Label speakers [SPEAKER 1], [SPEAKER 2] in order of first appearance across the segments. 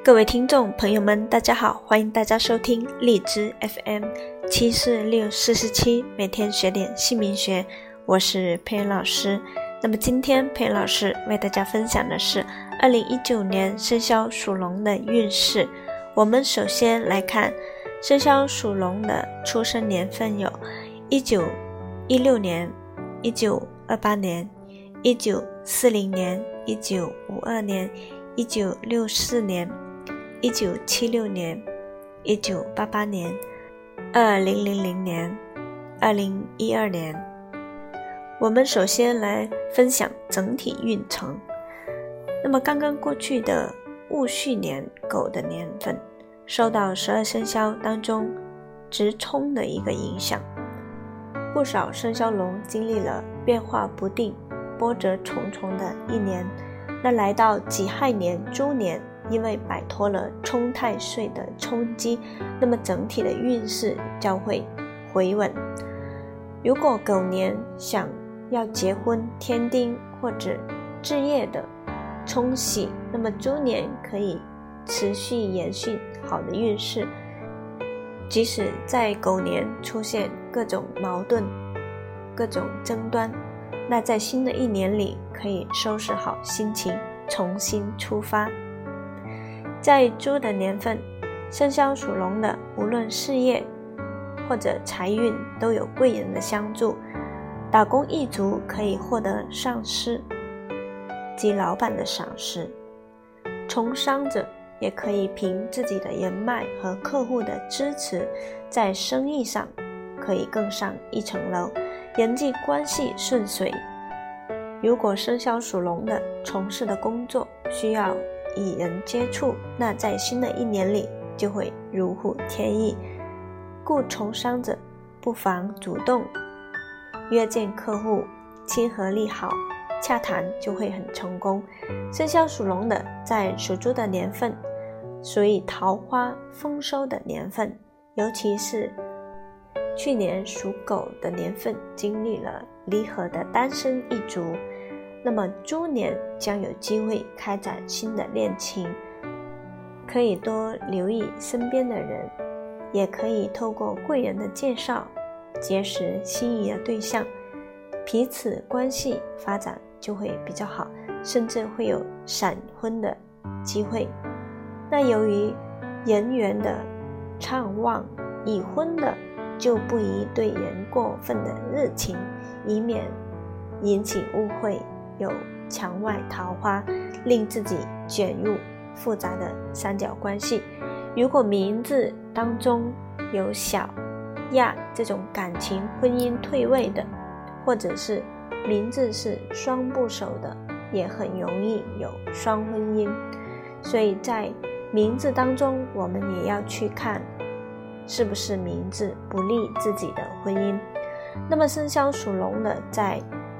[SPEAKER 1] 各位听众朋友们，大家好，欢迎大家收听荔枝 FM74647，每天学点姓名学，我是佩恩老师。那么今天佩恩老师为大家分享的是2019年生肖属龙的运势。我们首先来看生肖属龙的出生年份有1916年、1928年、1940年、1952年、1964年、1976年、1988年、2000年、2012年。我们首先来分享整体运程。那么刚刚过去的戊戌年狗的年份，受到12生肖当中直冲的一个影响，不少生肖龙经历了变化不定、波折重重的一年。那来到己亥年猪年，因为摆脱了冲太岁的冲击，那么整体的运势将会回稳。如果狗年想要结婚、添丁或者置业的冲喜，那么猪年可以持续延续好的运势。即使在狗年出现各种矛盾、各种争端，那在新的一年里可以收拾好心情，重新出发。在猪的年份，生肖属龙的无论事业或者财运都有贵人的相助，打工一族可以获得上司及老板的赏识，从商者也可以凭自己的人脉和客户的支持，在生意上可以更上一层楼，人际关系顺遂。如果生肖属龙的从事的工作需要与人接触，那在新的一年里就会如虎添翼，故从商者不妨主动约见客户，亲和力好，洽谈就会很成功。生肖属龙的在属猪的年份属于桃花丰收的年份，尤其是去年属狗的年份经历了离合的单身一族，那么猪年将有机会开展新的恋情，可以多留意身边的人，也可以透过贵人的介绍结识心仪的对象，彼此关系发展就会比较好，甚至会有闪婚的机会。那由于人缘的畅旺，已婚的就不宜对人过分的热情，以免引起误会，有墙外桃花，令自己卷入复杂的三角关系。如果名字当中有小亚这种感情婚姻退位的，或者是名字是双部首的，也很容易有双婚姻。所以在名字当中，我们也要去看是不是名字不利自己的婚姻。那么生肖属龙的在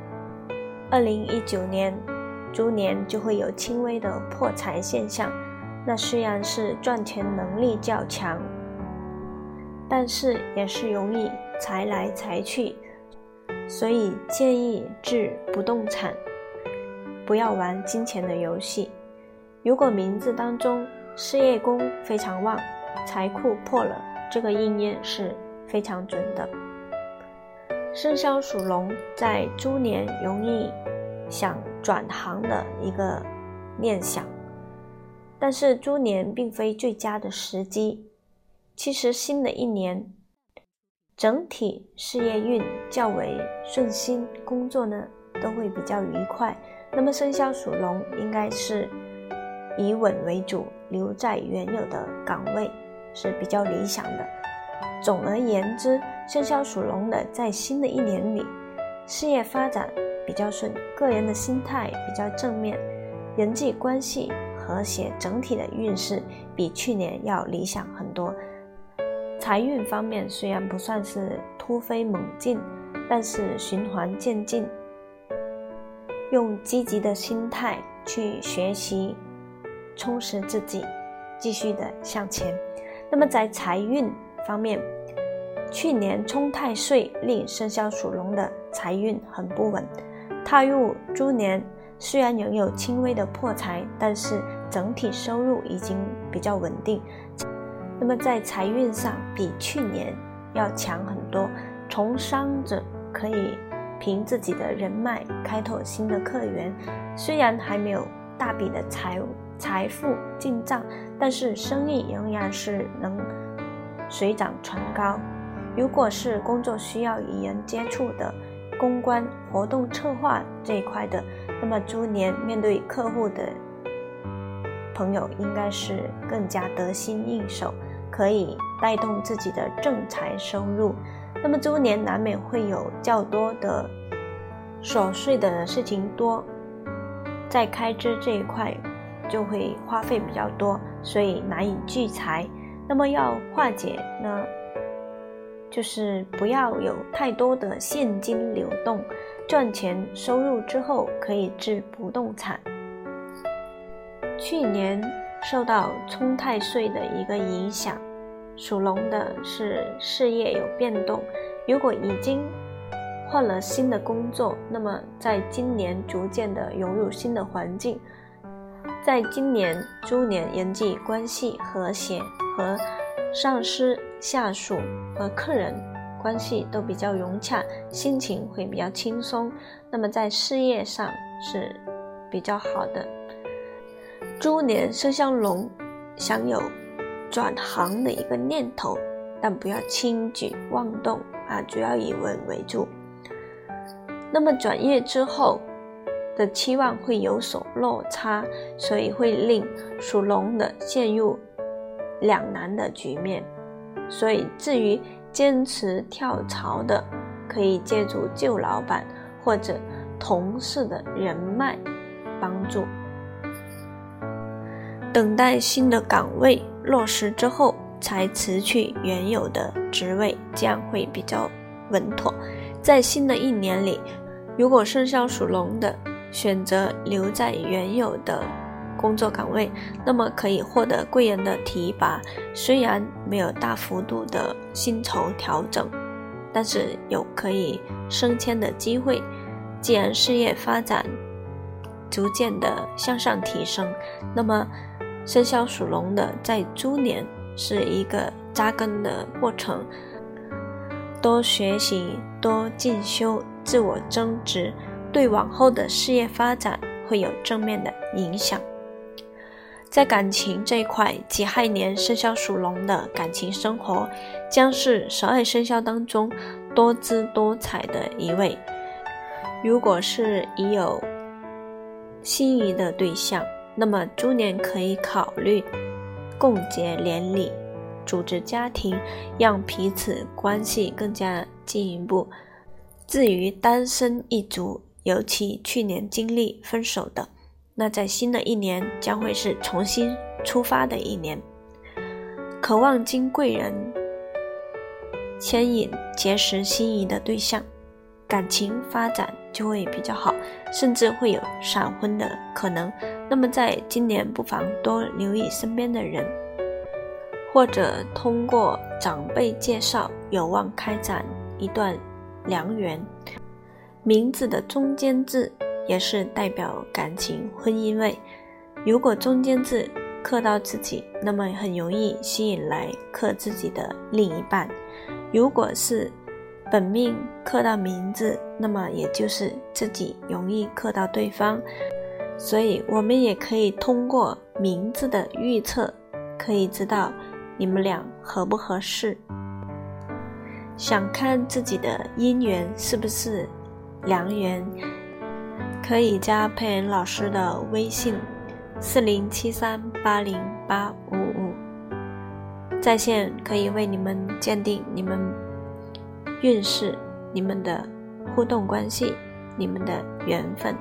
[SPEAKER 1] 2019年猪年就会有轻微的破财现象，那虽然是赚钱能力较强，但是也是容易财来财去，所以建议置不动产，不要玩金钱的游戏。如果名字当中事业宫非常旺，财库破了，这个应验是非常准的。生肖属龙在猪年容易想转行的一个念想，但是猪年并非最佳的时机。其实新的一年整体事业运较为顺心，工作呢都会比较愉快。那么生肖属龙应该是以稳为主，留在原有的岗位是比较理想的。总而言之，生肖属龙的在新的一年里事业发展比较顺，个人的心态比较正面，人际关系和谐，整体的运势比去年要理想很多。财运方面虽然不算是突飞猛进，但是循环渐进，用积极的心态去学习充实自己，继续的向前。那么在财运方面，去年冲太岁令生肖属龙的财运很不稳，踏入猪年虽然仍有轻微的破财，但是整体收入已经比较稳定。那么在财运上比去年要强很多，从商者可以凭自己的人脉开拓新的客源，虽然还没有大笔的财富进账，但是生意仍然是能水涨船高。如果是工作需要与人接触的公关、活动策划这一块的，那么猪年面对客户的朋友应该是更加得心应手，可以带动自己的正财收入。那么猪年难免会有较多的琐碎的事情多，在开支这一块就会花费比较多，所以难以聚财。那么要化解呢，就是不要有太多的现金流动，赚钱收入之后可以置不动产。去年受到冲太岁的一个影响，属龙的是事业有变动，如果已经换了新的工作，那么在今年逐渐的融入新的环境。在今年猪年人际关系和谐，和上司、下属和客人关系都比较融洽，心情会比较轻松，那么在事业上是比较好的。猪年生肖龙想有转行的一个念头，但不要轻举妄动主要以稳为主。那么转业之后的期望会有所落差，所以会令属龙的陷入两难的局面。所以至于坚持跳槽的，可以借助旧老板或者同事的人脉帮助，等待新的岗位落实之后才辞去原有的职位，这样会比较稳妥。在新的一年里，如果生肖属龙的选择留在原有的工作岗位，那么可以获得贵人的提拔，虽然没有大幅度的薪酬调整，但是有可以升迁的机会。既然事业发展逐渐的向上提升，那么生肖属龙的在猪年是一个扎根的过程，多学习，多进修，自我增值，对往后的事业发展会有正面的影响。在感情这一块，己亥年生肖属龙的感情生活将是12生肖当中多姿多彩的一位。如果是已有心仪的对象，那么猪年可以考虑共结连理，组织家庭，让彼此关系更加进一步。至于单身一族，尤其去年经历分手的，那在新的一年将会是重新出发的一年，渴望经贵人牵引结识心仪的对象，感情发展就会比较好，甚至会有闪婚的可能。那么在今年不妨多留意身边的人，或者通过长辈介绍有望开展一段良缘。名字的中间字也是代表感情婚姻位，如果中间字克到自己，那么很容易吸引来克自己的另一半。如果是本命克到名字，那么也就是自己容易克到对方。所以我们也可以通过名字的预测，可以知道你们俩合不合适。想看自己的姻缘是不是良缘，可以加佩恩老师的微信4073808555，在线可以为你们鉴定你们运势、你们的互动关系、你们的缘分。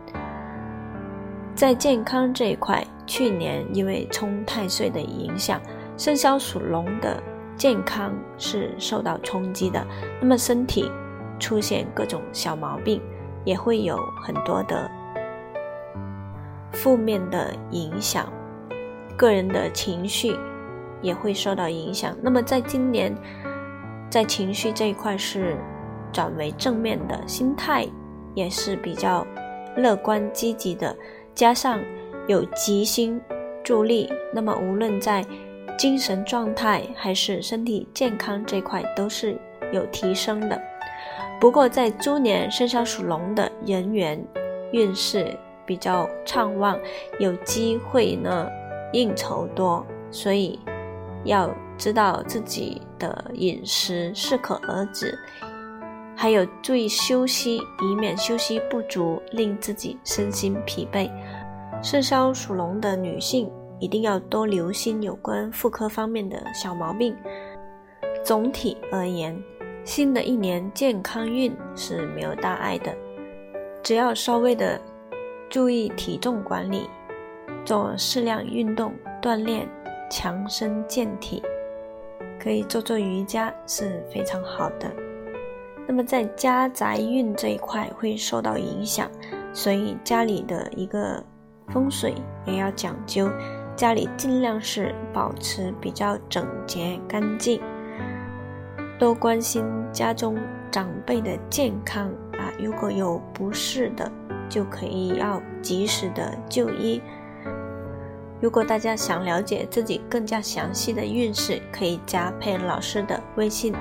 [SPEAKER 1] 在健康这一块，去年因为冲太岁的影响，生肖属龙的健康是受到冲击的，那么身体出现各种小毛病，也会有很多的负面的影响，个人的情绪也会受到影响。那么在今年，在情绪这一块是转为正面的，心态也是比较乐观积极的，加上有吉星助力，那么无论在精神状态还是身体健康这块都是有提升的。不过在猪年生肖属龙的人缘运势比较畅旺，有机会呢应酬多，所以要知道自己的饮食适可而止，还有注意休息，以免休息不足令自己身心疲惫。生肖属龙的女性一定要多留心有关妇科方面的小毛病。总体而言，新的一年健康运是没有大碍的，只要稍微的注意体重管理，做适量运动锻炼，强身健体，可以做瑜伽是非常好的。那么在家宅运这一块会受到影响，所以家里的一个风水也要讲究，家里尽量是保持比较整洁干净，多关心家中长辈的健康如果有不适的就可以要及时的就医。如果大家想了解自己更加详细的运势，可以加佩恩老师的微信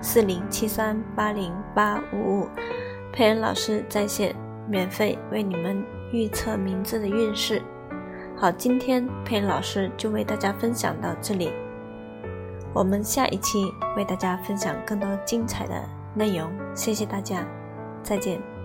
[SPEAKER 1] 4073808555，佩恩老师在线免费为你们预测明智的运势。好，今天佩恩老师就为大家分享到这里，我们下一期为大家分享更多精彩的内容，谢谢大家，再见。